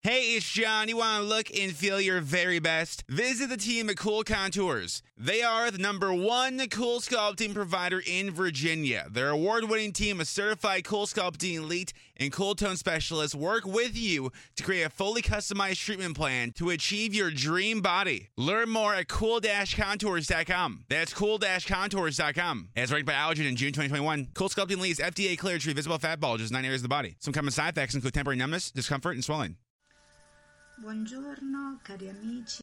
Hey, it's John. You want to look and feel your very best? Visit the team at Cool Contours. They are the #1 cool sculpting provider in Virginia. Their award-winning team of certified cool sculpting elite and cool tone specialists work with you to create a fully customized treatment plan to achieve your dream body. Learn more at cool-contours.com. That's cool-contours.com. As ranked by Allergen in June 2021, Cool Sculpting Elite is FDA cleared to treat visible fat bulges in 9 areas of the body. Some common side effects include temporary numbness, discomfort, and swelling. Buongiorno cari amici,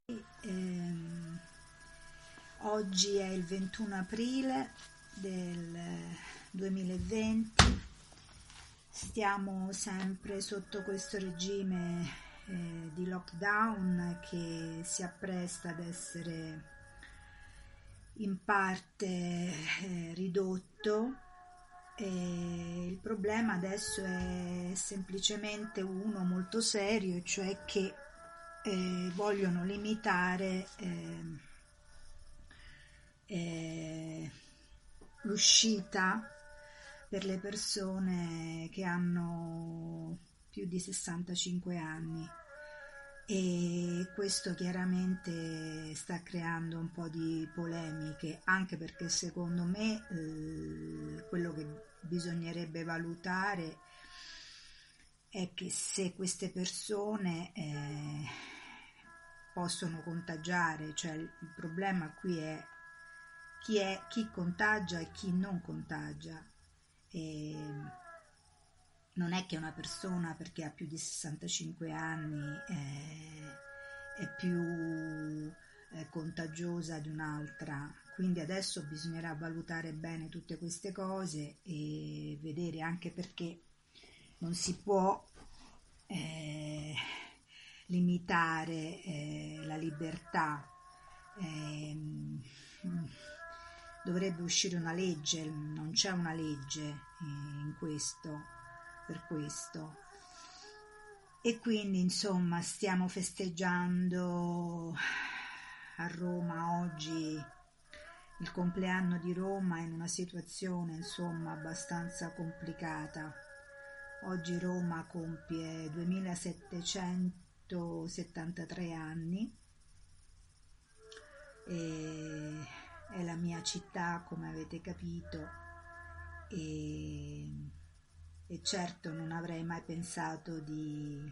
oggi è il 21 aprile del 2020, stiamo sempre sotto questo regime di lockdown che si appresta ad essere in parte ridotto. Il problema adesso è semplicemente uno molto serio, cioè che vogliono limitare l'uscita per le persone che hanno più di 65 anni e questo chiaramente sta creando un po' di polemiche, anche perché secondo me quello che bisognerebbe valutare è che se queste persone possono contagiare, cioè il problema qui è chi contagia e chi non contagia. Non è che una persona perché ha più di 65 anni è più contagiosa di un'altra, quindi adesso bisognerà valutare bene tutte queste cose e vedere, anche perché non si può limitare la libertà. Dovrebbe uscire una legge, non c'è una legge per questo, e quindi insomma stiamo festeggiando a Roma oggi il compleanno di Roma in una situazione insomma abbastanza complicata. Oggi Roma compie 2773 anni e è la mia città, come avete capito, e certo non avrei mai pensato di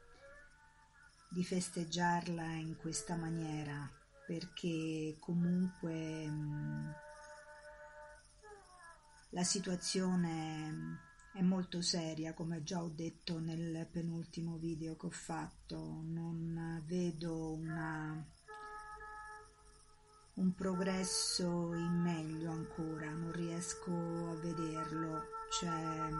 festeggiarla in questa maniera, perché comunque la situazione è molto seria, come già ho detto nel penultimo video che ho fatto. Non vedo un progresso in meglio ancora, non riesco a vederlo, cioè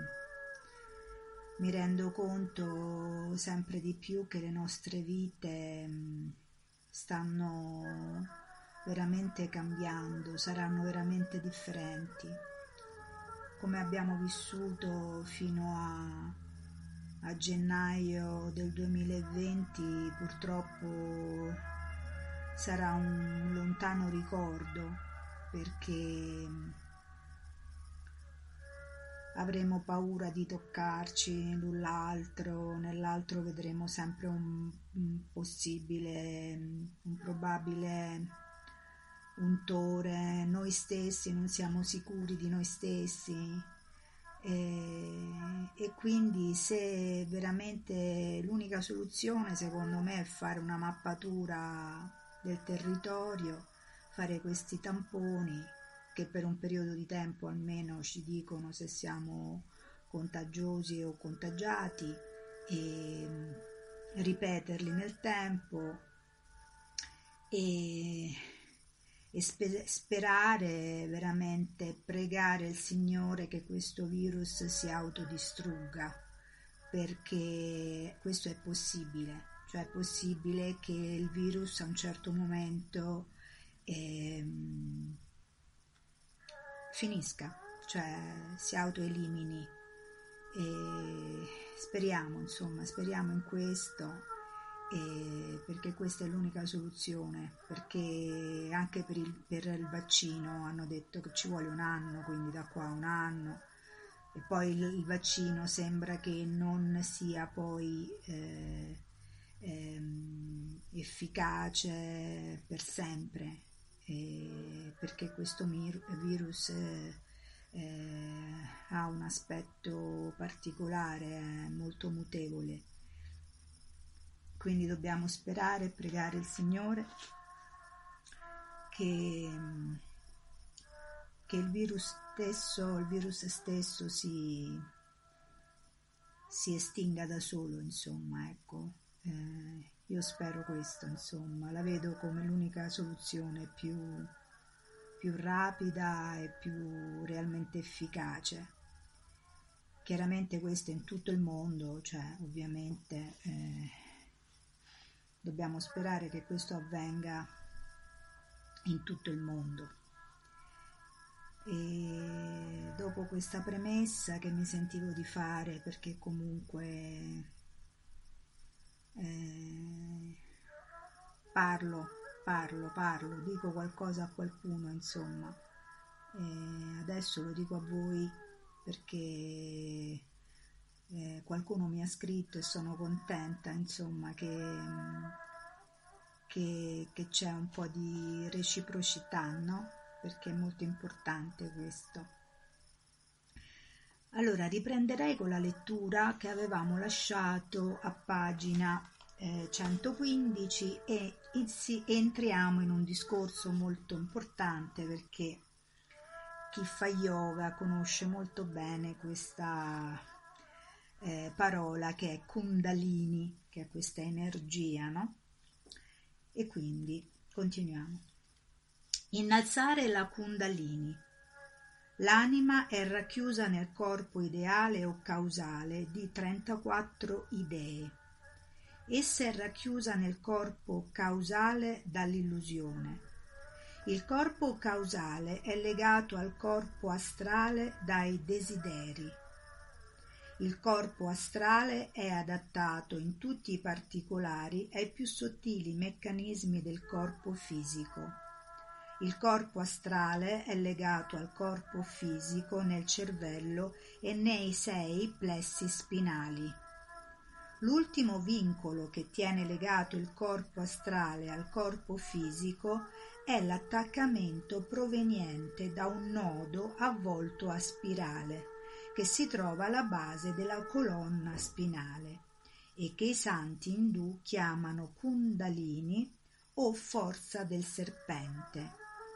mi rendo conto sempre di più che le nostre vite stanno veramente cambiando, saranno veramente differenti. Come abbiamo vissuto fino a gennaio del 2020, purtroppo sarà un lontano ricordo, perché avremo paura di toccarci l'un l'altro, nell'altro vedremo sempre un probabile untore, noi stessi non siamo sicuri di noi stessi e quindi se veramente l'unica soluzione secondo me è fare una mappatura del territorio, fare questi tamponi che per un periodo di tempo almeno ci dicono se siamo contagiosi o contagiati e ripeterli nel tempo e sperare veramente, pregare il Signore che questo virus si autodistrugga, perché questo è possibile, cioè è possibile che il virus a un certo momento finisca, cioè si autoelimini, e speriamo in questo, perché questa è l'unica soluzione, perché anche per il vaccino hanno detto che ci vuole un anno, quindi da qua a un anno, e poi il vaccino sembra che non sia poi efficace per sempre, perché questo virus ha un aspetto particolare, molto mutevole. Quindi dobbiamo sperare e pregare il Signore che il virus stesso si estinga da solo, insomma, ecco. Io spero questo, insomma, la vedo come l'unica soluzione più rapida e più realmente efficace. Chiaramente questo in tutto il mondo, cioè ovviamente dobbiamo sperare che questo avvenga in tutto il mondo. E dopo questa premessa che mi sentivo di fare, perché comunque parlo, dico qualcosa a qualcuno, insomma, adesso lo dico a voi perché qualcuno mi ha scritto e sono contenta, insomma, che c'è un po' di reciprocità, no? Perché è molto importante questo. Allora, riprenderei con la lettura che avevamo lasciato a pagina 115 e entriamo in un discorso molto importante, perché chi fa yoga conosce molto bene questa parola che è Kundalini, che è questa energia, no? E quindi continuiamo. Innalzare la Kundalini. L'anima è racchiusa nel corpo ideale o causale di 34 idee. Essa è racchiusa nel corpo causale dall'illusione. Il corpo causale è legato al corpo astrale dai desideri. Il corpo astrale è adattato in tutti i particolari ai più sottili meccanismi del corpo fisico. Il corpo astrale è legato al corpo fisico nel cervello e nei 6 plessi spinali. L'ultimo vincolo che tiene legato il corpo astrale al corpo fisico è l'attaccamento proveniente da un nodo avvolto a spirale, che si trova alla base della colonna spinale e che i santi indù chiamano Kundalini o forza del serpente.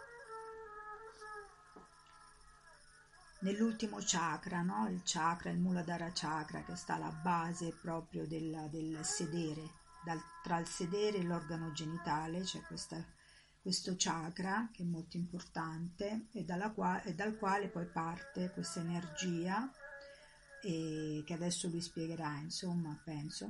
Nell'ultimo chakra, no? Il chakra, il Muladhara chakra, che sta alla base proprio del sedere, tra il sedere e l'organo genitale c'è questo chakra che è molto importante e dal quale poi parte questa energia che adesso lui spiegherà, insomma, penso.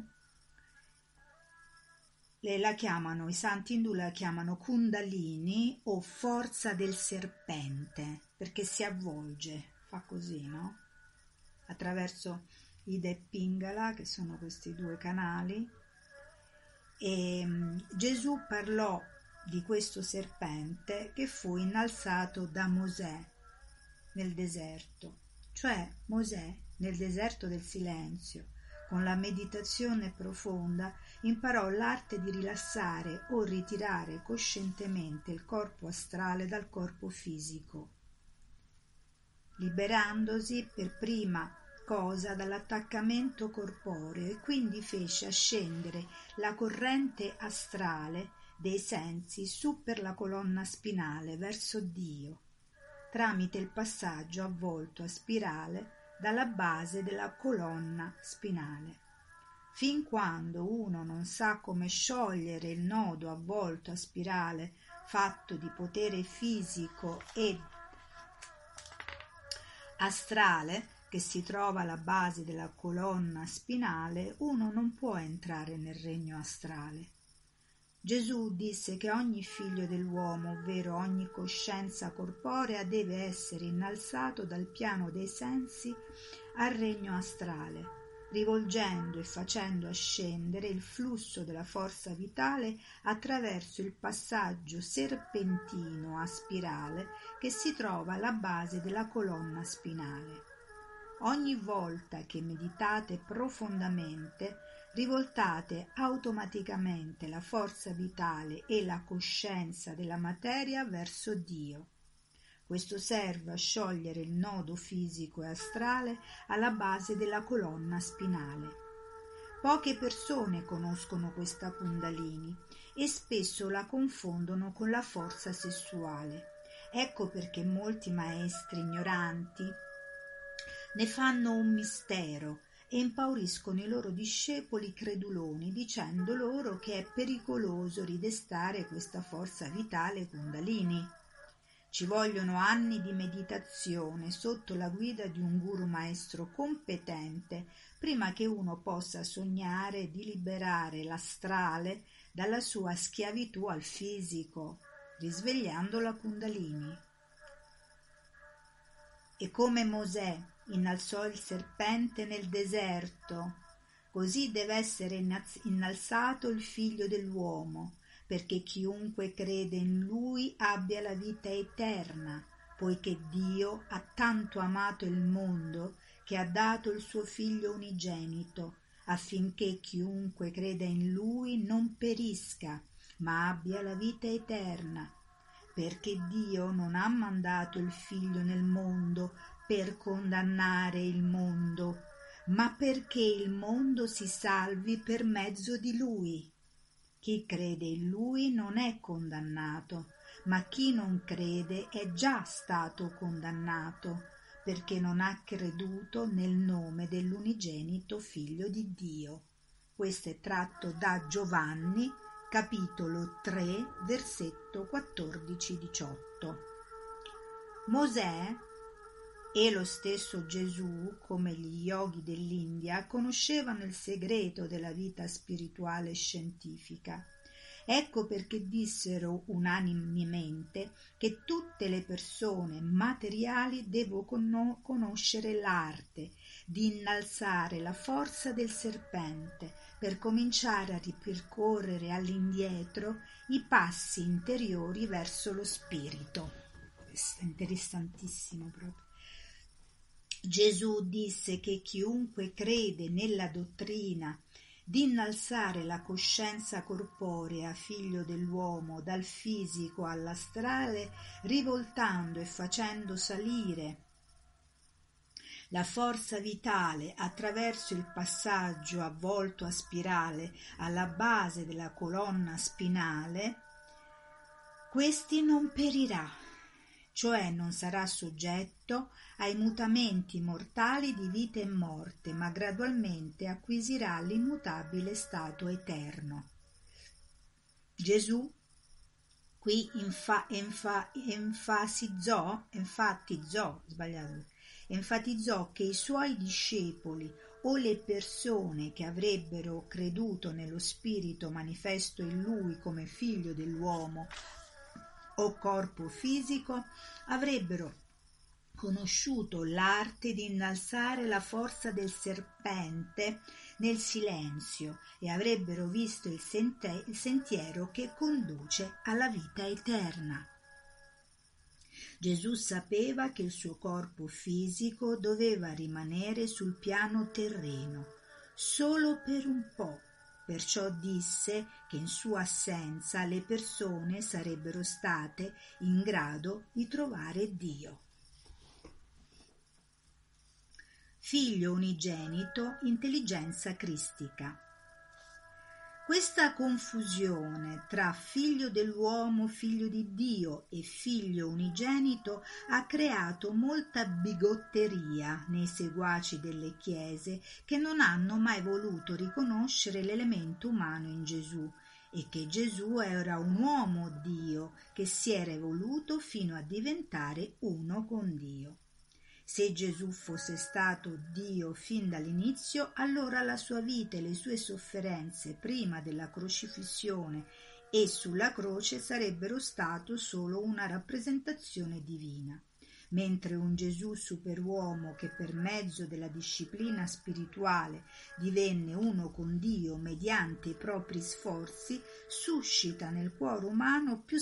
I santi indù la chiamano Kundalini o forza del serpente, perché si avvolge, fa così, no? Attraverso Ida e Pingala, che sono questi 2 canali. E Gesù parlò di questo serpente che fu innalzato da Mosè nel deserto, cioè Mosè nel deserto del silenzio, con la meditazione profonda, imparò l'arte di rilassare o ritirare coscientemente il corpo astrale dal corpo fisico, liberandosi per prima cosa dall'attaccamento corporeo, e quindi fece ascendere la corrente astrale dei sensi su per la colonna spinale verso Dio, tramite il passaggio avvolto a spirale dalla base della colonna spinale. Fin quando uno non sa come sciogliere il nodo avvolto a spirale fatto di potere fisico e astrale che si trova alla base della colonna spinale, uno non può entrare nel regno astrale. Gesù disse che ogni figlio dell'uomo, ovvero ogni coscienza corporea, deve essere innalzato dal piano dei sensi al regno astrale, rivolgendo e facendo ascendere il flusso della forza vitale attraverso il passaggio serpentino a spirale che si trova alla base della colonna spinale. Ogni volta che meditate profondamente, rivoltate automaticamente la forza vitale e la coscienza della materia verso Dio. Questo serve a sciogliere il nodo fisico e astrale alla base della colonna spinale. Poche persone conoscono questa Kundalini e spesso la confondono con la forza sessuale. Ecco perché molti maestri ignoranti ne fanno un mistero e impauriscono i loro discepoli creduloni dicendo loro che è pericoloso ridestare questa forza vitale Kundalini. Ci vogliono anni di meditazione sotto la guida di un guru maestro competente prima che uno possa sognare di liberare l'astrale dalla sua schiavitù al fisico, risvegliando la Kundalini. E come Mosè innalzò il serpente nel deserto, così deve essere innalzato il figlio dell'uomo, perché chiunque crede in lui abbia la vita eterna, poiché Dio ha tanto amato il mondo che ha dato il suo figlio unigenito, affinché chiunque creda in lui non perisca, ma abbia la vita eterna. Perché Dio non ha mandato il figlio nel mondo per condannare il mondo, ma perché il mondo si salvi per mezzo di lui. Chi crede in lui non è condannato, ma chi non crede è già stato condannato, perché non ha creduto nel nome dell'unigenito figlio di Dio. Questo è tratto da Giovanni, capitolo 3, versetto 14-18. Mosè e lo stesso Gesù, come gli yogi dell'India, conoscevano il segreto della vita spirituale e scientifica. Ecco perché dissero unanimemente che tutte le persone materiali devono conoscere l'arte di innalzare la forza del serpente per cominciare a ripercorrere all'indietro i passi interiori verso lo spirito. Questo è interessantissimo proprio. Gesù disse che chiunque crede nella dottrina di innalzare la coscienza corporea figlio dell'uomo dal fisico all'astrale, rivoltando e facendo salire la forza vitale attraverso il passaggio avvolto a spirale alla base della colonna spinale, questi non perirà, cioè non sarà soggetto ai mutamenti mortali di vita e morte, ma gradualmente acquisirà l'immutabile stato eterno. Gesù qui enfatizzò che i suoi discepoli o le persone che avrebbero creduto nello spirito manifesto in lui come figlio dell'uomo o corpo fisico avrebbero conosciuto l'arte di innalzare la forza del serpente nel silenzio e avrebbero visto il sentiero che conduce alla vita eterna. Gesù sapeva che il suo corpo fisico doveva rimanere sul piano terreno solo per un po'. Perciò disse che in sua assenza le persone sarebbero state in grado di trovare Dio. Figlio unigenito, intelligenza cristica. Questa confusione tra figlio dell'uomo, figlio di Dio e figlio unigenito ha creato molta bigotteria nei seguaci delle chiese che non hanno mai voluto riconoscere l'elemento umano in Gesù e che Gesù era un uomo Dio che si era evoluto fino a diventare uno con Dio. Se Gesù fosse stato Dio fin dall'inizio, allora la sua vita e le sue sofferenze prima della crocifissione e sulla croce sarebbero stato solo una rappresentazione divina, mentre un Gesù superuomo che per mezzo della disciplina spirituale divenne uno con Dio mediante i propri sforzi, suscita nel cuore umano più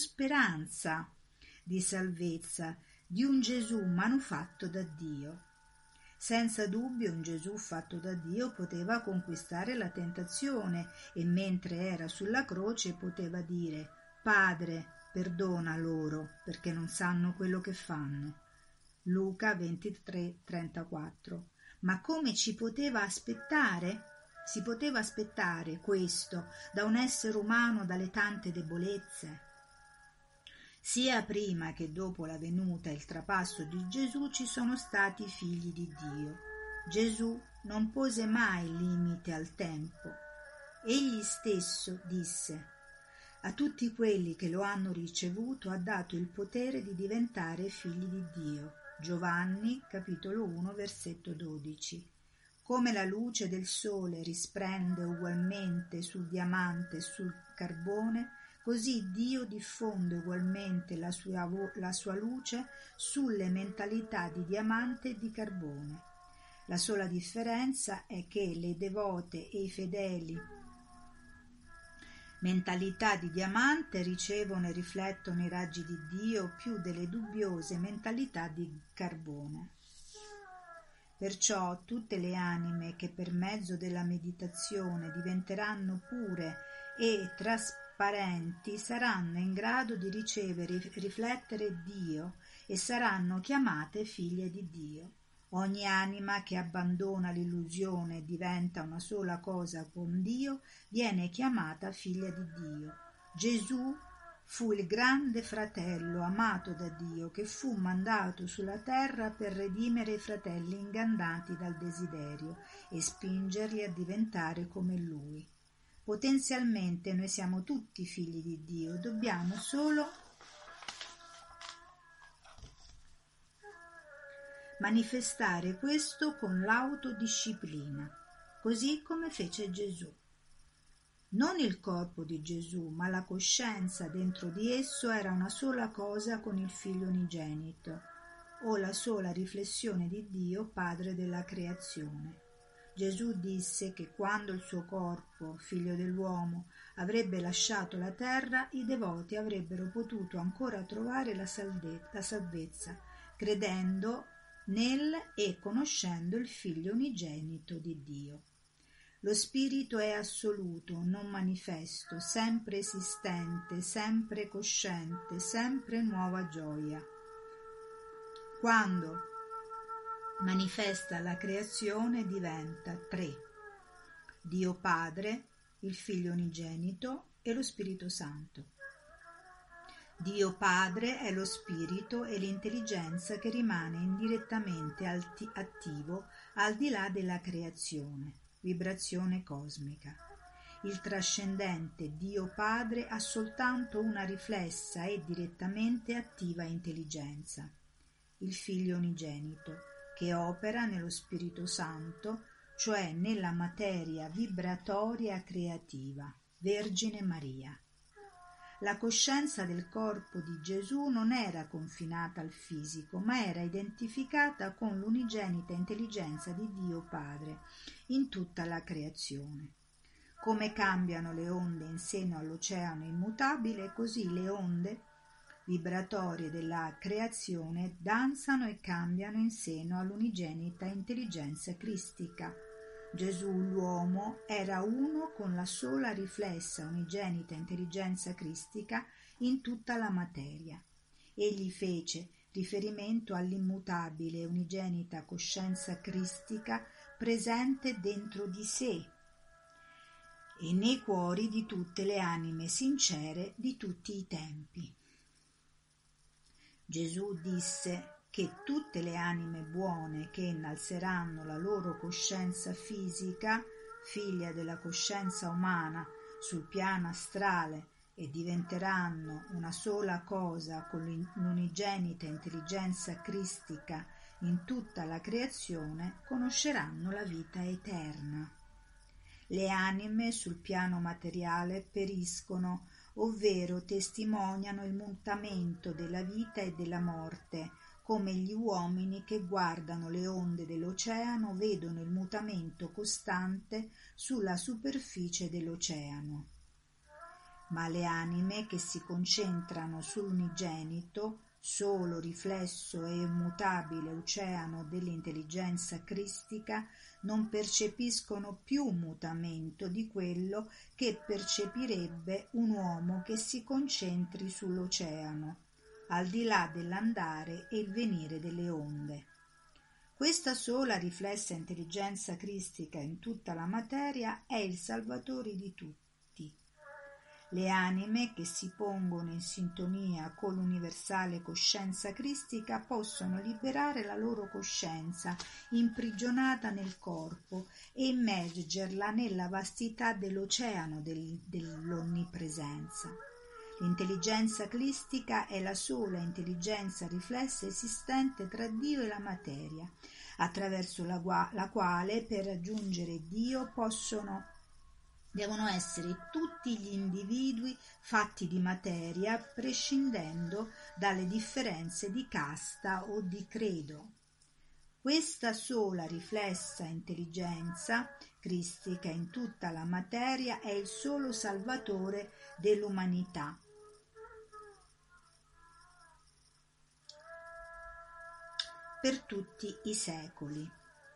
speranza di salvezza di un Gesù manufatto da Dio. Senza dubbio un Gesù fatto da Dio poteva conquistare la tentazione e mentre era sulla croce poteva dire: Padre, perdona loro perché non sanno quello che fanno. Luca 23:34. Ma come ci poteva aspettare? Si poteva aspettare questo da un essere umano dalle tante debolezze? Sia prima che dopo la venuta e il trapasso di Gesù ci sono stati figli di Dio. Gesù non pose mai limite al tempo. Egli stesso disse: a tutti quelli che lo hanno ricevuto ha dato il potere di diventare figli di Dio. Giovanni, capitolo 1, versetto 12. Come la luce del sole risplende ugualmente sul diamante e sul carbone, così Dio diffonde ugualmente la sua luce sulle mentalità di diamante e di carbone. La sola differenza è che le devote e i fedeli mentalità di diamante ricevono e riflettono i raggi di Dio più delle dubbiose mentalità di carbone. Perciò tutte le anime che per mezzo della meditazione diventeranno pure e trasparenti saranno in grado di ricevere e riflettere Dio e saranno chiamate figlie di Dio. Ogni anima che abbandona l'illusione e diventa una sola cosa con Dio viene chiamata figlia di Dio. Gesù fu il grande fratello amato da Dio che fu mandato sulla terra per redimere i fratelli ingannati dal desiderio e spingerli a diventare come Lui. Potenzialmente noi siamo tutti figli di Dio, dobbiamo solo manifestare questo con l'autodisciplina, così come fece Gesù. Non il corpo di Gesù, ma la coscienza dentro di esso era una sola cosa con il Figlio unigenito, o la sola riflessione di Dio, Padre della creazione. Gesù disse che quando il suo corpo, figlio dell'uomo, avrebbe lasciato la terra, i devoti avrebbero potuto ancora trovare la salvezza, credendo nel e conoscendo il Figlio unigenito di Dio. Lo Spirito è assoluto, non manifesto, sempre esistente, sempre cosciente, sempre nuova gioia. Quando manifesta la creazione diventa tre: Dio Padre, il Figlio unigenito e lo Spirito Santo. Dio Padre è lo spirito e l'intelligenza che rimane indirettamente attivo al di là della creazione, vibrazione cosmica. Il trascendente Dio Padre ha soltanto una riflessa e direttamente attiva intelligenza, il Figlio unigenito, che opera nello Spirito Santo, cioè nella materia vibratoria creativa, Vergine Maria. La coscienza del corpo di Gesù non era confinata al fisico, ma era identificata con l'unigenita intelligenza di Dio Padre in tutta la creazione. Come cambiano le onde in seno all'oceano immutabile, così le onde vibratorie della creazione danzano e cambiano in seno all'unigenita intelligenza cristica. Gesù, l'uomo, era uno con la sola riflessa unigenita intelligenza cristica in tutta la materia. Egli fece riferimento all'immutabile unigenita coscienza cristica presente dentro di sé e nei cuori di tutte le anime sincere di tutti i tempi. Gesù disse che tutte le anime buone che innalzeranno la loro coscienza fisica, figlia della coscienza umana, sul piano astrale e diventeranno una sola cosa con l'unigenita intelligenza cristica in tutta la creazione, conosceranno la vita eterna. Le anime sul piano materiale periscono, ovvero testimoniano il mutamento della vita e della morte, come gli uomini che guardano le onde dell'oceano vedono il mutamento costante sulla superficie dell'oceano. Ma le anime che si concentrano sull'unigenito, solo riflesso e immutabile oceano dell'intelligenza cristica, non percepiscono più mutamento di quello che percepirebbe un uomo che si concentri sull'oceano, al di là dell'andare e il venire delle onde. Questa sola riflessa intelligenza cristica in tutta la materia è il salvatore di tutti. Le anime che si pongono in sintonia con l'universale coscienza cristica possono liberare la loro coscienza imprigionata nel corpo e immergerla nella vastità dell'oceano dell'onnipresenza. L'intelligenza cristica è la sola intelligenza riflessa esistente tra Dio e la materia, attraverso la quale per raggiungere Dio devono essere tutti gli individui fatti di materia, prescindendo dalle differenze di casta o di credo. Questa sola riflessa intelligenza cristica in tutta la materia è il solo salvatore dell'umanità. Per tutti i secoli.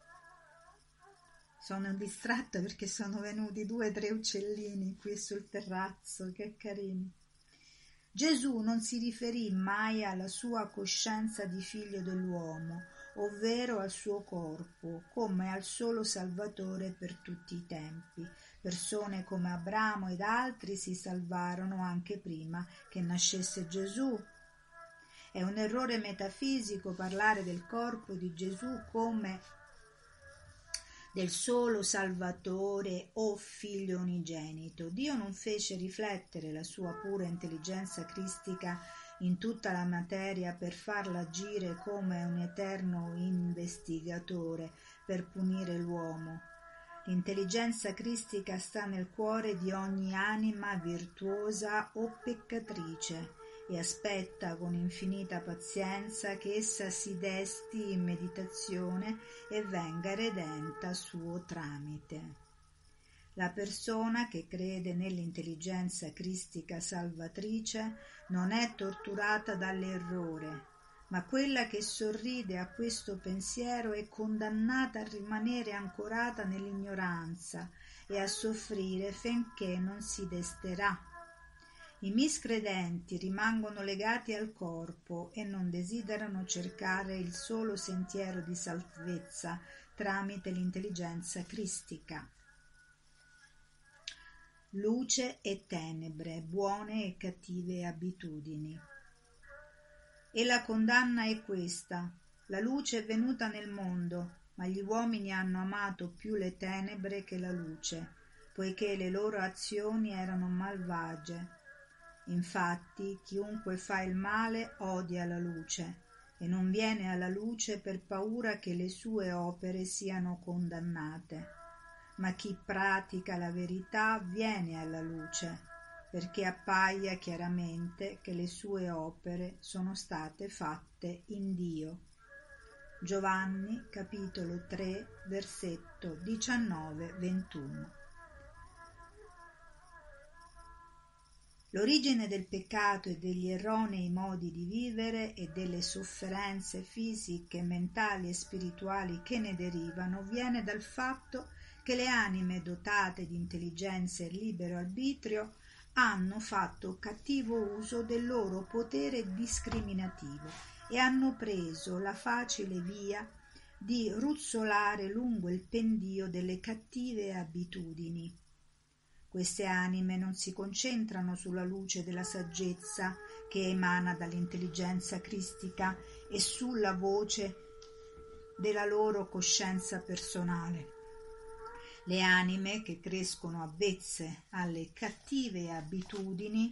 Sono distratta perché sono venuti 2 o 3 uccellini qui sul terrazzo, che carini. Gesù non si riferì mai alla sua coscienza di figlio dell'uomo, ovvero al suo corpo, come al solo Salvatore per tutti i tempi. Persone come Abramo ed altri si salvarono anche prima che nascesse Gesù. È un errore metafisico parlare del corpo di Gesù come del solo Salvatore o Figlio unigenito. Dio non fece riflettere la sua pura intelligenza cristica in tutta la materia per farla agire come un eterno investigatore per punire l'uomo. L'intelligenza cristica sta nel cuore di ogni anima virtuosa o peccatrice e aspetta con infinita pazienza che essa si desti in meditazione e venga redenta a suo tramite. La persona che crede nell'intelligenza cristica salvatrice non è torturata dall'errore, ma quella che sorride a questo pensiero è condannata a rimanere ancorata nell'ignoranza e a soffrire finché non si desterà. I miscredenti rimangono legati al corpo e non desiderano cercare il solo sentiero di salvezza tramite l'intelligenza cristica. Luce e tenebre, buone e cattive abitudini. E la condanna è questa: la luce è venuta nel mondo, ma gli uomini hanno amato più le tenebre che la luce, poiché le loro azioni erano malvagie. Infatti, chiunque fa il male odia la luce e non viene alla luce per paura che le sue opere siano condannate. Ma chi pratica la verità viene alla luce, perché appaia chiaramente che le sue opere sono state fatte in Dio. Giovanni, capitolo 3, versetto 19-21. L'origine del peccato e degli erronei modi di vivere e delle sofferenze fisiche, mentali e spirituali che ne derivano viene dal fatto che le anime dotate di intelligenza e libero arbitrio hanno fatto cattivo uso del loro potere discriminativo e hanno preso la facile via di ruzzolare lungo il pendio delle cattive abitudini. Queste anime non si concentrano sulla luce della saggezza che emana dall'intelligenza cristica e sulla voce della loro coscienza personale. Le anime che crescono avvezze alle cattive abitudini,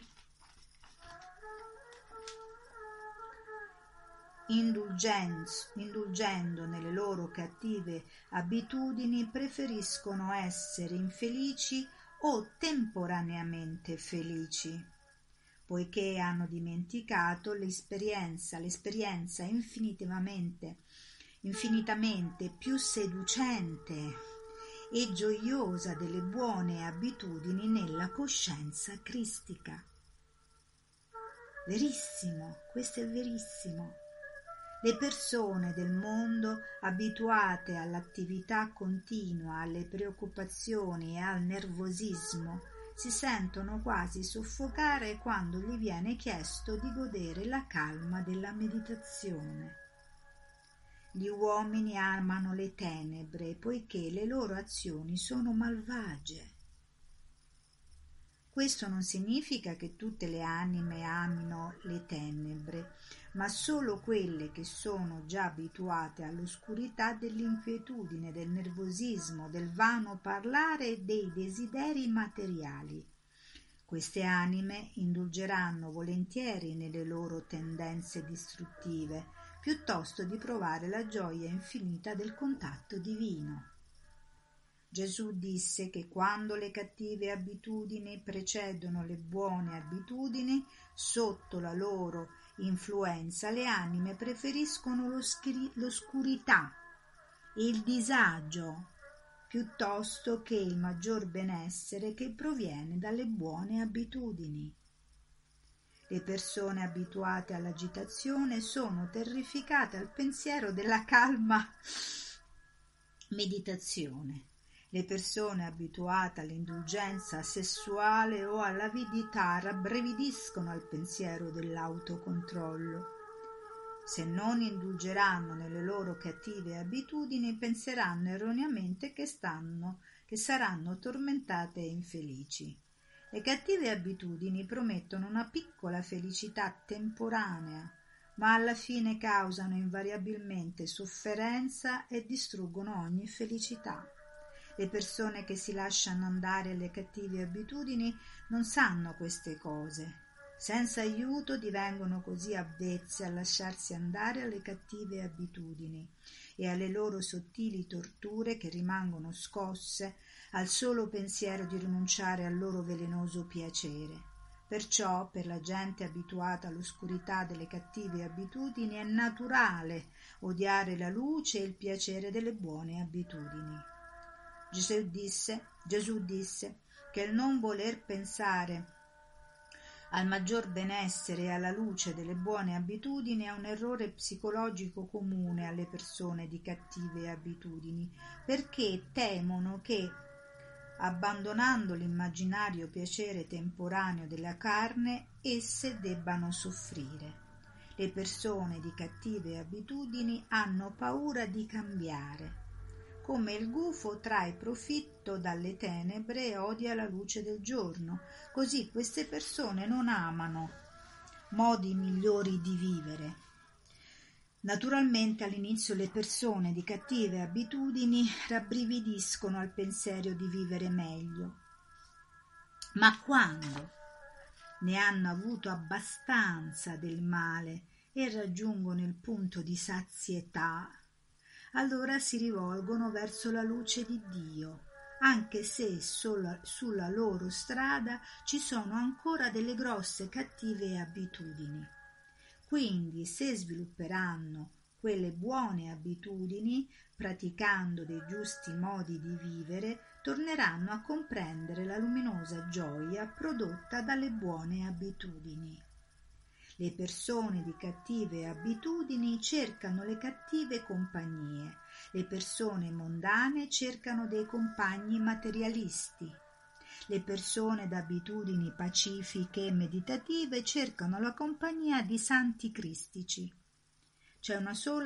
indulgendo nelle loro cattive abitudini, preferiscono essere infelici o temporaneamente felici, poiché hanno dimenticato l'esperienza infinitamente più seducente e gioiosa delle buone abitudini nella coscienza cristica. Verissimo, questo è verissimo. Le persone del mondo, abituate all'attività continua, alle preoccupazioni e al nervosismo, si sentono quasi soffocare quando gli viene chiesto di godere la calma della meditazione. Gli uomini amano le tenebre poiché le loro azioni sono malvagie. Questo non significa che tutte le anime amino le tenebre, ma solo quelle che sono già abituate all'oscurità dell'inquietudine, del nervosismo, del vano parlare e dei desideri materiali. Queste anime indulgeranno volentieri nelle loro tendenze distruttive, piuttosto di provare la gioia infinita del contatto divino. Gesù disse che quando le cattive abitudini precedono le buone abitudini, sotto la loro influenza le anime preferiscono l'oscurità e il disagio piuttosto che il maggior benessere che proviene dalle buone abitudini. Le persone abituate all'agitazione sono terrificate al pensiero della calma meditazione. Le persone abituate all'indulgenza sessuale o all'avidità rabbrividiscono al pensiero dell'autocontrollo. Se non indulgeranno nelle loro cattive abitudini, penseranno erroneamente che saranno tormentate e infelici. Le cattive abitudini promettono una piccola felicità temporanea, ma alla fine causano invariabilmente sofferenza e distruggono ogni felicità. Le persone che si lasciano andare alle cattive abitudini non sanno queste cose. Senza aiuto divengono così avvezze a lasciarsi andare alle cattive abitudini e alle loro sottili torture che rimangono scosse al solo pensiero di rinunciare al loro velenoso piacere. Perciò, per la gente abituata all'oscurità delle cattive abitudini, è naturale odiare la luce e il piacere delle buone abitudini. Gesù disse che il non voler pensare al maggior benessere e alla luce delle buone abitudini è un errore psicologico comune alle persone di cattive abitudini, perché temono che, abbandonando l'immaginario piacere temporaneo della carne, esse debbano soffrire. Le persone di cattive abitudini hanno paura di cambiare. Come il gufo trae profitto dalle tenebre e odia la luce del giorno, così queste persone non amano modi migliori di vivere. Naturalmente all'inizio le persone di cattive abitudini rabbrividiscono al pensiero di vivere meglio, ma quando ne hanno avuto abbastanza del male e raggiungono il punto di sazietà, allora si rivolgono verso la luce di Dio, anche se sulla loro strada ci sono ancora delle grosse cattive abitudini. Quindi, se svilupperanno quelle buone abitudini, praticando dei giusti modi di vivere, torneranno a comprendere la luminosa gioia prodotta dalle buone abitudini. Le persone di cattive abitudini cercano le cattive compagnie, le persone mondane cercano dei compagni materialisti, le persone d'abitudini pacifiche e meditative cercano la compagnia di santi cristici. C'è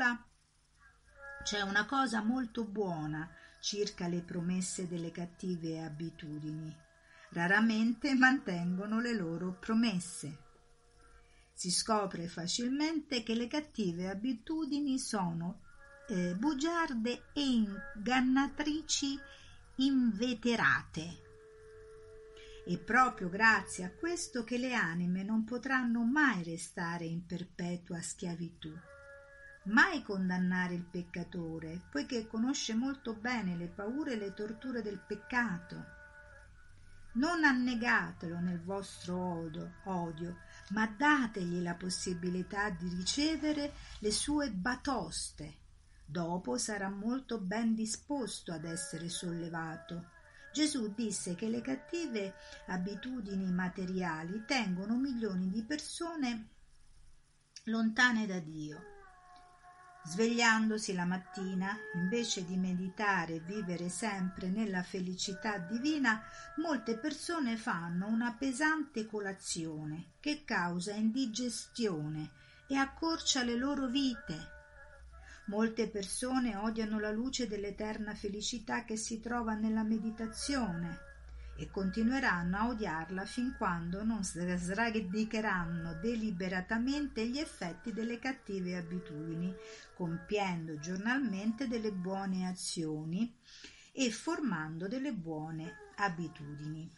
una cosa molto buona circa le promesse delle cattive abitudini: raramente mantengono le loro promesse. Si scopre facilmente che le cattive abitudini sono bugiarde e ingannatrici inveterate. È proprio grazie a questo che le anime non potranno mai restare in perpetua schiavitù, mai condannare il peccatore, poiché conosce molto bene le paure e le torture del peccato. Non annegatelo nel vostro odio, ma dategli la possibilità di ricevere le sue batoste. Dopo sarà molto ben disposto ad essere sollevato Gesù disse che le cattive abitudini materiali tengono milioni di persone lontane da Dio. Svegliandosi la mattina, invece di meditare e vivere sempre nella felicità divina, molte persone fanno una pesante colazione che causa indigestione e accorcia le loro vite. Molte persone odiano la luce dell'eterna felicità che si trova nella meditazione e continueranno a odiarla fin quando non sradicheranno deliberatamente gli effetti delle cattive abitudini, compiendo giornalmente delle buone azioni e formando delle buone abitudini.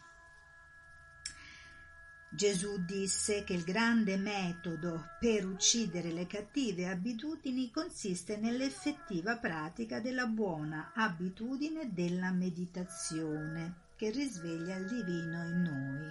Gesù disse che il grande metodo per uccidere le cattive abitudini consiste nell'effettiva pratica della buona abitudine della meditazione, che risveglia il divino in noi.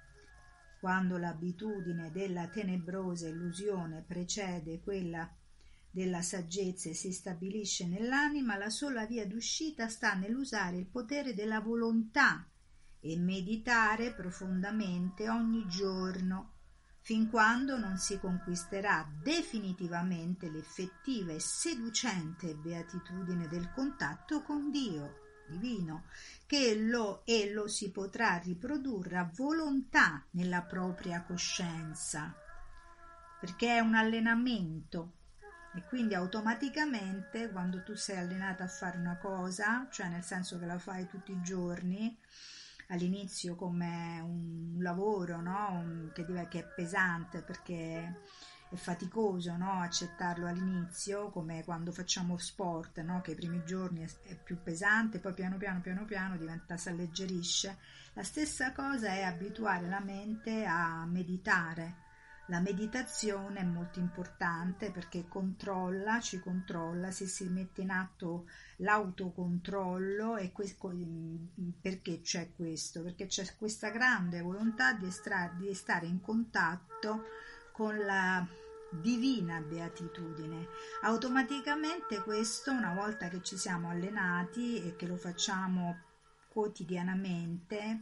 Quando l'abitudine della tenebrosa illusione precede quella della saggezza e si stabilisce nell'anima, la sola via d'uscita sta nell'usare il potere della volontà e meditare profondamente ogni giorno, fin quando non si conquisterà definitivamente l'effettiva e seducente beatitudine del contatto con Dio divino, che lo si potrà riprodurre a volontà nella propria coscienza, perché è un allenamento. E quindi automaticamente, quando tu sei allenato a fare una cosa, cioè nel senso che la fai tutti i giorni, all'inizio come un lavoro, no? Che è pesante perché è faticoso, no? Accettarlo all'inizio, come quando facciamo sport, no? Che i primi giorni è più pesante, poi piano piano si alleggerisce. La stessa cosa è abituare la mente a meditare. La meditazione è molto importante perché ci controlla, si mette in atto l'autocontrollo e perché c'è questo? Perché c'è questa grande volontà di stare in contatto con la divina beatitudine. Automaticamente questo, una volta che ci siamo allenati e che lo facciamo quotidianamente,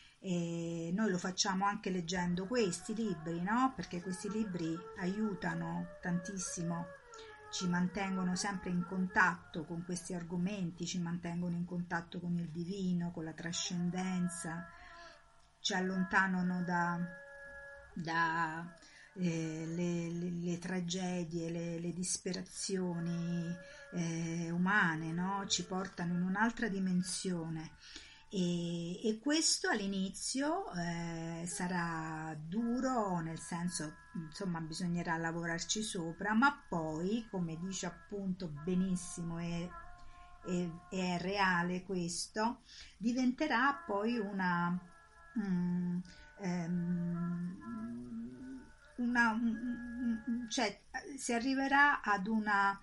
e noi lo facciamo anche leggendo questi libri, no? Perché questi libri aiutano tantissimo, ci mantengono sempre in contatto con questi argomenti, ci mantengono in contatto con il divino, con la trascendenza, ci allontanano le tragedie, le disperazioni umane, no? Ci portano in un'altra dimensione. E questo all'inizio sarà duro, nel senso, insomma, bisognerà lavorarci sopra, ma poi, come dice appunto benissimo e è reale questo, diventerà poi cioè si arriverà ad una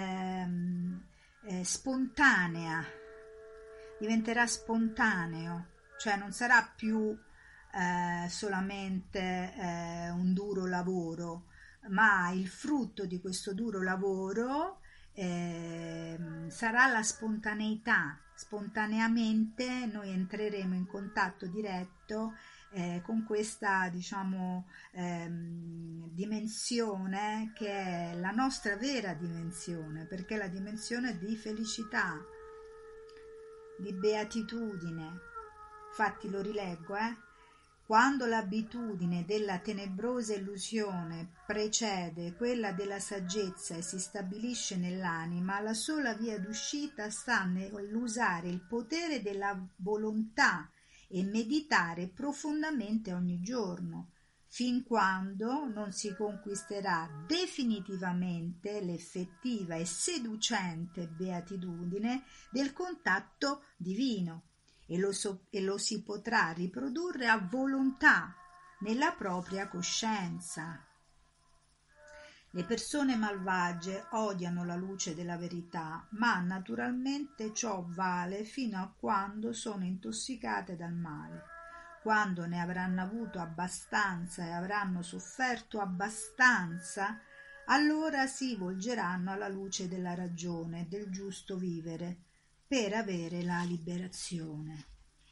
spontanea, diventerà spontaneo, cioè non sarà più solamente un duro lavoro, ma il frutto di questo duro lavoro sarà la spontaneità. Spontaneamente noi entreremo in contatto diretto con questa, diciamo, dimensione che è la nostra vera dimensione, perché è la dimensione di felicità, di beatitudine. Infatti lo rileggo, quando l'abitudine della tenebrosa illusione precede quella della saggezza e si stabilisce nell'anima, la sola via d'uscita sta nell'usare il potere della volontà e meditare profondamente ogni giorno, fin quando non si conquisterà definitivamente l'effettiva e seducente beatitudine del contatto divino e lo si potrà riprodurre a volontà nella propria coscienza. Le persone malvagie odiano la luce della verità, ma naturalmente ciò vale fino a quando sono intossicate dal male. Quando ne avranno avuto abbastanza e avranno sofferto abbastanza, allora si volgeranno alla luce della ragione, del giusto vivere, per avere la liberazione.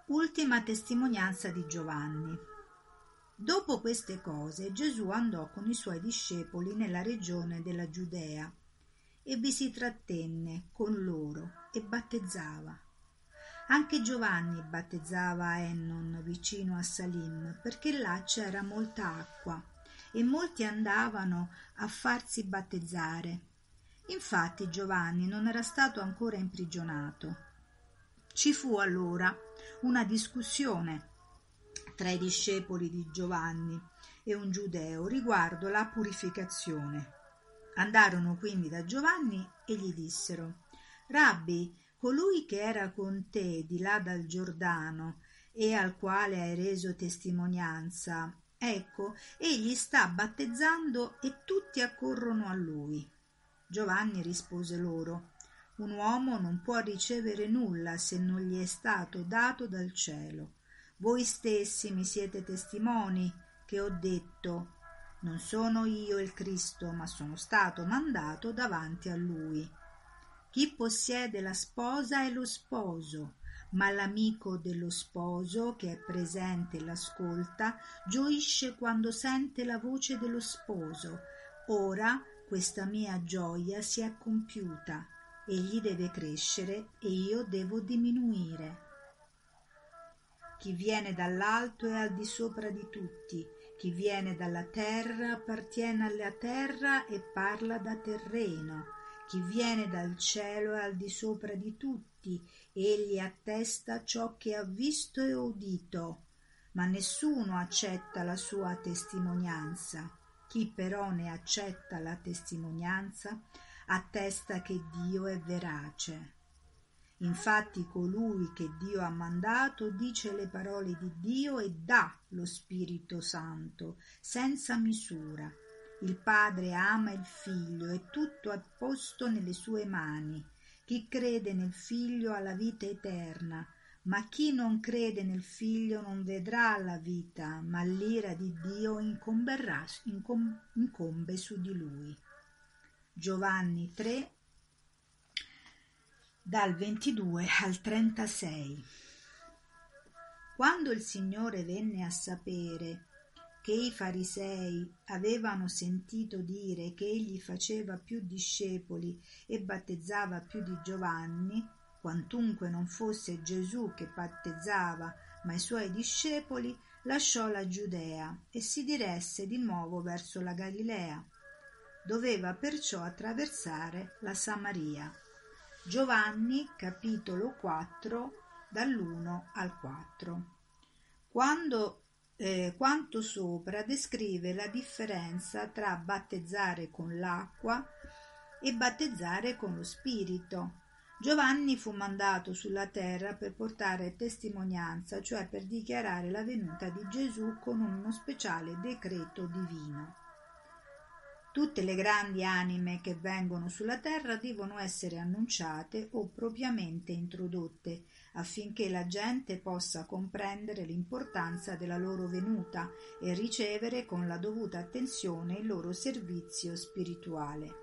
Ultima testimonianza di Giovanni. Dopo queste cose Gesù andò con i suoi discepoli nella regione della Giudea e vi si trattenne con loro e battezzava. Anche Giovanni battezzava a Ennon vicino a Salim, perché là c'era molta acqua e molti andavano a farsi battezzare. Infatti Giovanni non era stato ancora imprigionato. Ci fu allora una discussione tra i discepoli di Giovanni e un giudeo riguardo la purificazione. Andarono quindi da Giovanni e gli dissero: Rabbi, colui che era con te di là dal Giordano e al quale hai reso testimonianza, ecco, egli sta battezzando e tutti accorrono a lui. Giovanni rispose loro: un uomo non può ricevere nulla se non gli è stato dato dal cielo. Voi stessi mi siete testimoni che ho detto: non sono io il Cristo, ma sono stato mandato davanti a lui. Chi possiede la sposa è lo sposo, ma l'amico dello sposo che è presente e l'ascolta gioisce quando sente la voce dello sposo. Ora questa mia gioia si è compiuta. Egli deve crescere e io devo diminuire. Chi viene dall'alto è al di sopra di tutti, chi viene dalla terra appartiene alla terra e parla da terreno. Chi viene dal cielo è al di sopra di tutti, egli attesta ciò che ha visto e udito, ma nessuno accetta la sua testimonianza. Chi però ne accetta la testimonianza attesta che Dio è verace. Infatti colui che Dio ha mandato dice le parole di Dio e dà lo Spirito Santo senza misura. Il Padre ama il Figlio e tutto è posto nelle sue mani. Chi crede nel Figlio ha la vita eterna, ma chi non crede nel Figlio non vedrà la vita, ma l'ira di Dio incombe su di lui. Giovanni 3, dal 22 al 36. Quando il Signore venne a sapere che i farisei avevano sentito dire che egli faceva più discepoli e battezzava più di Giovanni, quantunque non fosse Gesù che battezzava, ma i suoi discepoli, lasciò la Giudea e si diresse di nuovo verso la Galilea. Doveva perciò attraversare la Samaria. Giovanni, capitolo 4, dall'1 al 4. Quanto sopra descrive la differenza tra battezzare con l'acqua e battezzare con lo Spirito. Giovanni fu mandato sulla terra per portare testimonianza, cioè per dichiarare la venuta di Gesù con uno speciale decreto divino. Tutte le grandi anime che vengono sulla terra devono essere annunciate o propriamente introdotte, affinché la gente possa comprendere l'importanza della loro venuta e ricevere con la dovuta attenzione il loro servizio spirituale.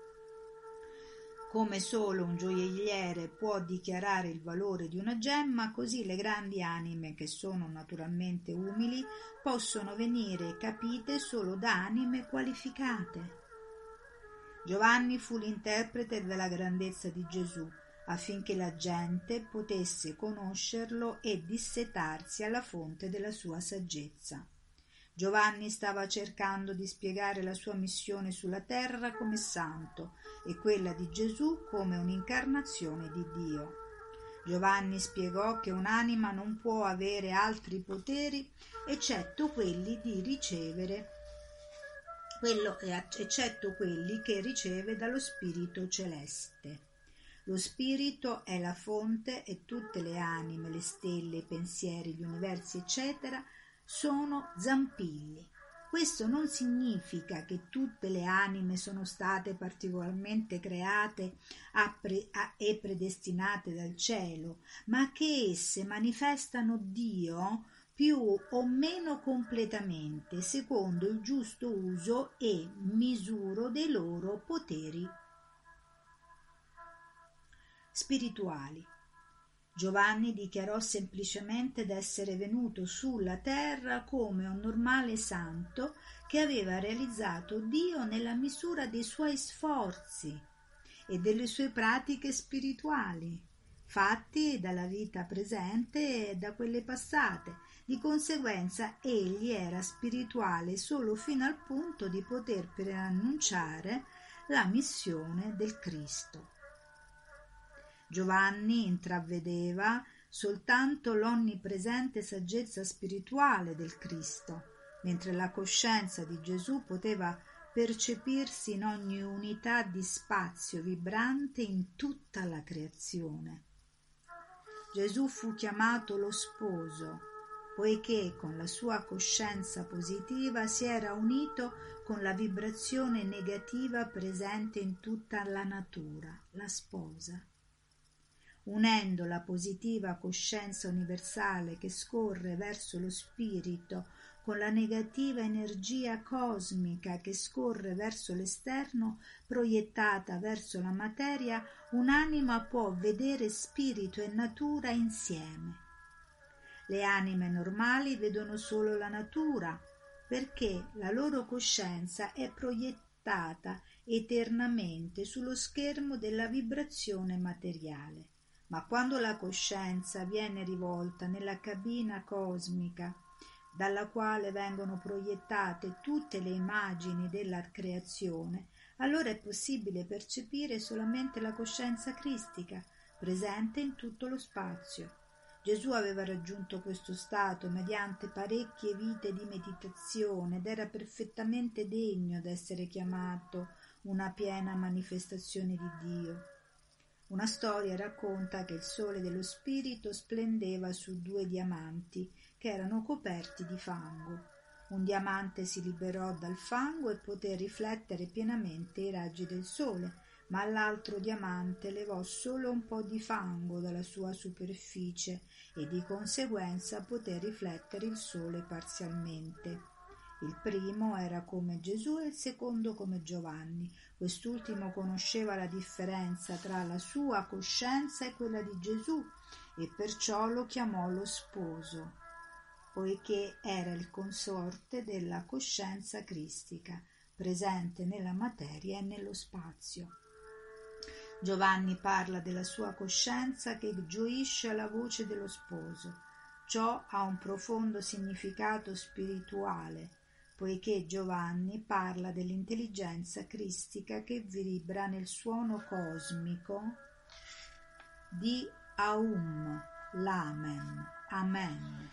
Come solo un gioielliere può dichiarare il valore di una gemma, così le grandi anime, che sono naturalmente umili, possono venire capite solo da anime qualificate. Giovanni fu l'interprete della grandezza di Gesù, affinché la gente potesse conoscerlo e dissetarsi alla fonte della sua saggezza. Giovanni stava cercando di spiegare la sua missione sulla terra come santo e quella di Gesù come un'incarnazione di Dio. Giovanni spiegò che un'anima non può avere altri poteri eccetto quelli che riceve dallo Spirito celeste. Lo Spirito è la fonte e tutte le anime, le stelle, i pensieri, gli universi, eccetera, sono zampilli. Questo non significa che tutte le anime sono state particolarmente create e predestinate dal cielo, ma che esse manifestano Dio più o meno completamente, secondo il giusto uso e misuro dei loro poteri spirituali. Giovanni dichiarò semplicemente d'essere venuto sulla terra come un normale santo che aveva realizzato Dio nella misura dei suoi sforzi e delle sue pratiche spirituali, fatti dalla vita presente e da quelle passate. Di conseguenza egli era spirituale solo fino al punto di poter preannunciare la missione del Cristo. Giovanni intravedeva soltanto l'onnipresente saggezza spirituale del Cristo, mentre la coscienza di Gesù poteva percepirsi in ogni unità di spazio vibrante in tutta la creazione. Gesù fu chiamato lo sposo, poiché con la sua coscienza positiva si era unito con la vibrazione negativa presente in tutta la natura, la sposa. Unendo la positiva coscienza universale che scorre verso lo spirito con la negativa energia cosmica che scorre verso l'esterno, proiettata verso la materia, un'anima può vedere spirito e natura insieme. Le anime normali vedono solo la natura, perché la loro coscienza è proiettata eternamente sullo schermo della vibrazione materiale. Ma quando la coscienza viene rivolta nella cabina cosmica, dalla quale vengono proiettate tutte le immagini della creazione, allora è possibile percepire solamente la coscienza cristica, presente in tutto lo spazio. Gesù aveva raggiunto questo stato mediante parecchie vite di meditazione ed era perfettamente degno d'essere chiamato una piena manifestazione di Dio. Una storia racconta che il sole dello spirito splendeva su 2 diamanti che erano coperti di fango. Un diamante si liberò dal fango e poté riflettere pienamente i raggi del sole, ma l'altro diamante levò solo un po' di fango dalla sua superficie e di conseguenza poté riflettere il sole parzialmente. Il primo era come Gesù e il secondo come Giovanni. Quest'ultimo conosceva la differenza tra la sua coscienza e quella di Gesù e perciò lo chiamò lo sposo, poiché era il consorte della coscienza cristica, presente nella materia e nello spazio. Giovanni parla della sua coscienza che gioisce alla voce dello sposo. Ciò ha un profondo significato spirituale, poiché Giovanni parla dell'intelligenza cristica che vibra nel suono cosmico di Aum, Lamen, Amen.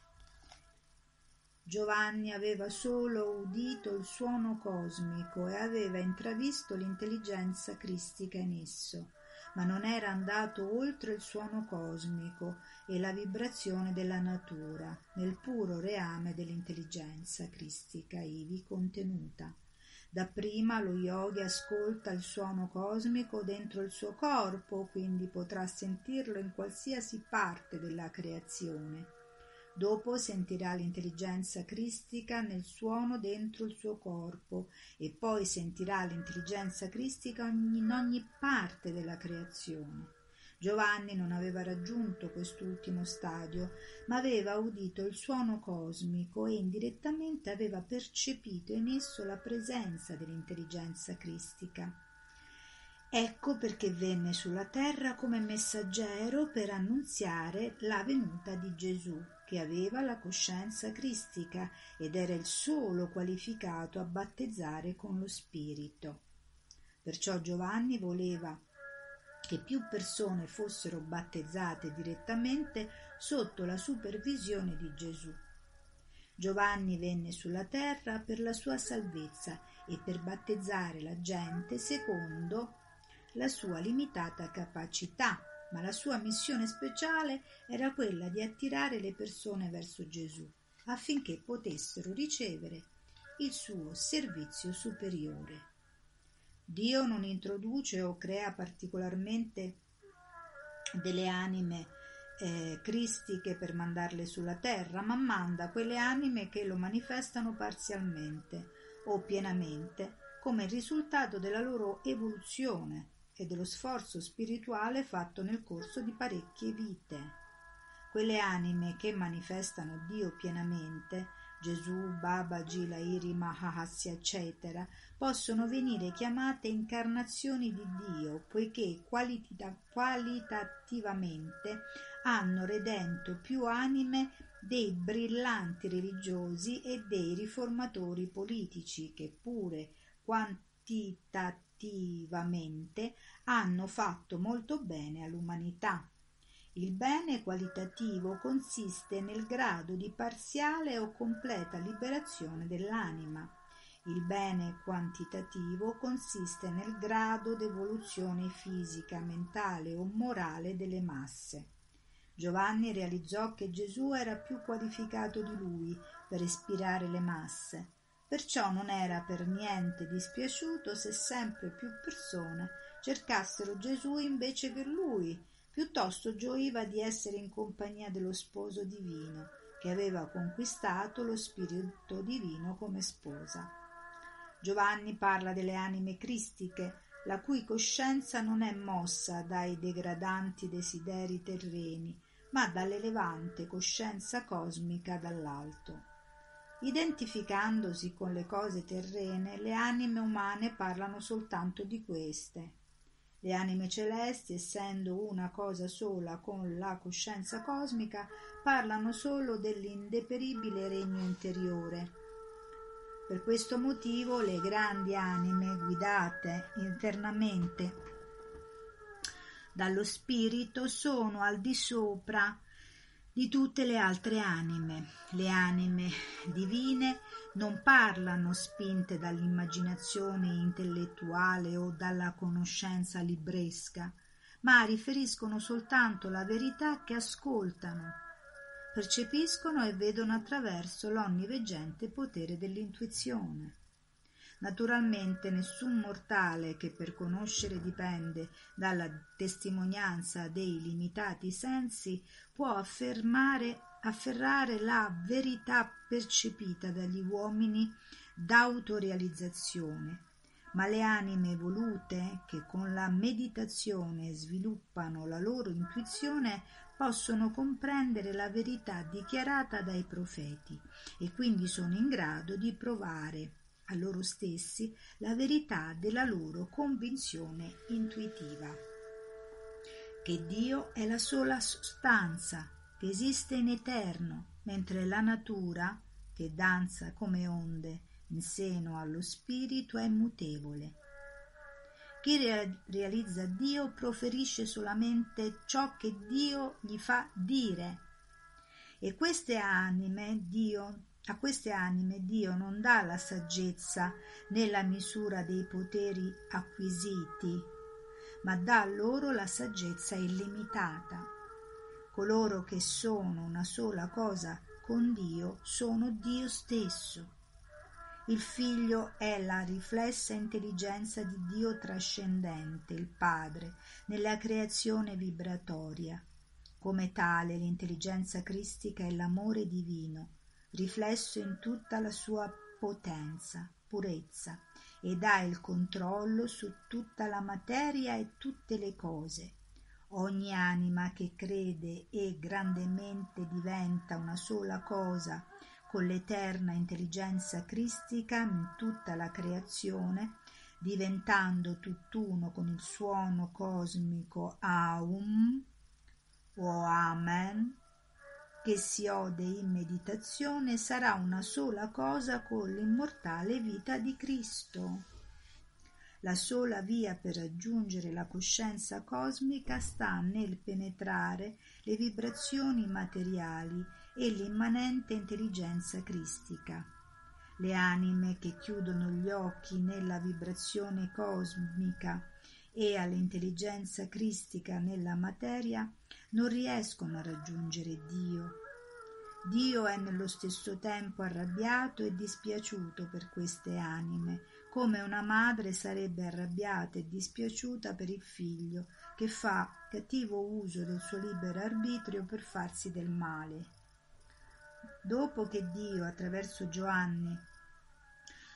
Giovanni aveva solo udito il suono cosmico e aveva intravisto l'intelligenza cristica in esso, ma non era andato oltre il suono cosmico e la vibrazione della natura, nel puro reame dell'intelligenza cristica ivi contenuta. Dapprima lo yogi ascolta il suono cosmico dentro il suo corpo, quindi potrà sentirlo in qualsiasi parte della creazione. Dopo sentirà l'intelligenza cristica nel suono dentro il suo corpo e poi sentirà l'intelligenza cristica in ogni parte della creazione. Giovanni non aveva raggiunto quest'ultimo stadio, ma aveva udito il suono cosmico e indirettamente aveva percepito in esso la presenza dell'intelligenza cristica. Ecco perché venne sulla terra come messaggero per annunziare la venuta di Gesù, che aveva la coscienza cristica ed era il solo qualificato a battezzare con lo Spirito. Perciò Giovanni voleva che più persone fossero battezzate direttamente sotto la supervisione di Gesù. Giovanni venne sulla terra per la sua salvezza e per battezzare la gente secondo la sua limitata capacità, ma la sua missione speciale era quella di attirare le persone verso Gesù, affinché potessero ricevere il suo servizio superiore. Dio non introduce o crea particolarmente delle anime cristiche per mandarle sulla terra, ma manda quelle anime che lo manifestano parzialmente o pienamente come il risultato della loro evoluzione e dello sforzo spirituale fatto nel corso di parecchie vite. Quelle anime che manifestano Dio pienamente, Gesù, Babaji, Lahiri, Mahahasya, eccetera, possono venire chiamate incarnazioni di Dio, poiché qualitativamente hanno redento più anime dei brillanti religiosi e dei riformatori politici, che pure quantitativamente hanno fatto molto bene all'umanità. Il bene qualitativo consiste nel grado di parziale o completa liberazione dell'anima. Il bene quantitativo consiste nel grado d'evoluzione fisica, mentale o morale delle masse. Giovanni realizzò che Gesù era più qualificato di lui per ispirare le masse, perciò non era per niente dispiaciuto se sempre più persone cercassero Gesù invece che lui. Piuttosto gioiva di essere in compagnia dello sposo divino, che aveva conquistato lo spirito divino come sposa. Giovanni parla delle anime cristiche, la cui coscienza non è mossa dai degradanti desideri terreni, ma dall'elevante coscienza cosmica dall'alto. Identificandosi con le cose terrene, le anime umane parlano soltanto di queste. Le anime celesti, essendo una cosa sola con la coscienza cosmica, parlano solo dell'indeperibile regno interiore. Per questo motivo le grandi anime, guidate internamente dallo spirito, sono al di sopra di tutte le altre anime. Le anime divine non parlano spinte dall'immaginazione intellettuale o dalla conoscenza libresca, ma riferiscono soltanto la verità che ascoltano, percepiscono e vedono attraverso l'onniveggente potere dell'intuizione. Naturalmente nessun mortale che per conoscere dipende dalla testimonianza dei limitati sensi può afferrare la verità percepita dagli uomini d'autorealizzazione, ma le anime evolute che con la meditazione sviluppano la loro intuizione possono comprendere la verità dichiarata dai profeti e quindi sono in grado di provare a loro stessi la verità della loro convinzione intuitiva, che Dio è la sola sostanza che esiste in eterno, mentre la natura, che danza come onde in seno allo spirito, è mutevole. Chi realizza Dio proferisce solamente ciò che Dio gli fa dire, e a queste anime Dio non dà la saggezza nella misura dei poteri acquisiti, ma dà loro la saggezza illimitata. Coloro che sono una sola cosa con Dio sono Dio stesso. Il Figlio è la riflessa intelligenza di Dio trascendente, il Padre, nella creazione vibratoria. Come tale, l'intelligenza cristica è l'amore divino, riflesso in tutta la sua potenza, purezza, ed ha il controllo su tutta la materia e tutte le cose. Ogni anima che crede e grandemente diventa una sola cosa con l'eterna intelligenza cristica in tutta la creazione, diventando tutt'uno con il suono cosmico Aum o Amen, che si ode in meditazione, sarà una sola cosa con l'immortale vita di Cristo. La sola via per raggiungere la coscienza cosmica sta nel penetrare le vibrazioni materiali e l'immanente intelligenza cristica. Le anime che chiudono gli occhi nella vibrazione cosmica e all'intelligenza cristica nella materia non riescono a raggiungere Dio. Dio è nello stesso tempo arrabbiato e dispiaciuto per queste anime, come una madre sarebbe arrabbiata e dispiaciuta per il figlio che fa cattivo uso del suo libero arbitrio per farsi del male. Dopo che Dio, attraverso Giovanni,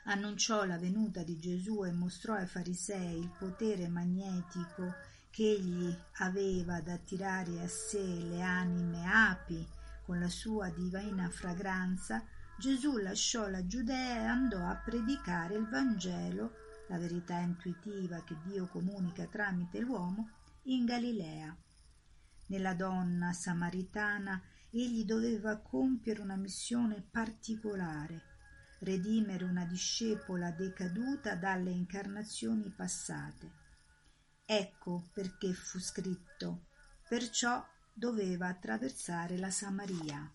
annunciò la venuta di Gesù e mostrò ai farisei il potere magnetico che egli aveva ad attirare a sé le anime api con la sua divina fragranza, Gesù lasciò la Giudea e andò a predicare il Vangelo, la verità intuitiva che Dio comunica tramite l'uomo, in Galilea. Nella donna samaritana egli doveva compiere una missione particolare, redimere una discepola decaduta dalle incarnazioni passate. Ecco perché fu scritto: perciò doveva attraversare la Samaria.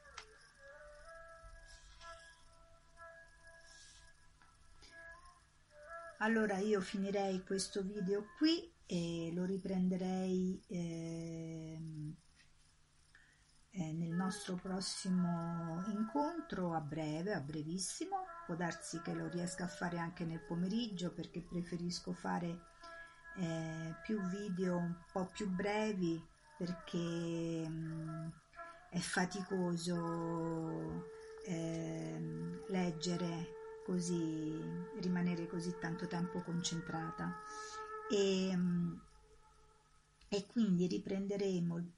Allora io finirei questo video qui e lo riprenderei nel nostro prossimo incontro a breve, a brevissimo. Può darsi che lo riesca a fare anche nel pomeriggio, perché preferisco fare più video un po' più brevi, perché è faticoso leggere così, rimanere così tanto tempo concentrata, e quindi riprenderemo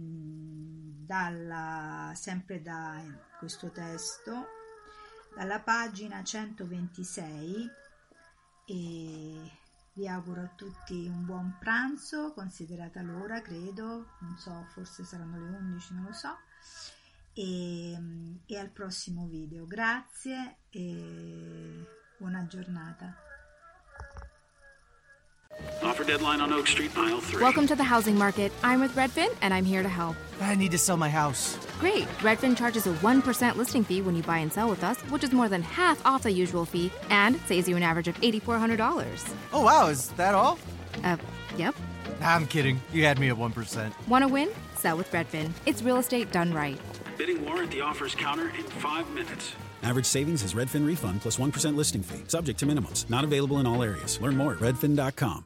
sempre da questo testo, dalla pagina 126, e vi auguro a tutti un buon pranzo, considerata l'ora, credo, non so, forse saranno le 11, non lo so, e al prossimo video. Grazie e buona giornata. Offer deadline on Oak Street, aisle 3. Welcome to the housing market. I'm with Redfin, and I'm here to help. I need to sell my house. Great. Redfin charges a 1% listing fee when you buy and sell with us, which is more than half off the usual fee and saves you an average of $8,400. Oh, wow. Is that all? Yep. I'm kidding. You had me at 1%. Want to win? Sell with Redfin. It's real estate done right. Bidding war at the offers counter in 5 minutes. Average savings is Redfin refund plus 1% listing fee. Subject to minimums. Not available in all areas. Learn more at redfin.com.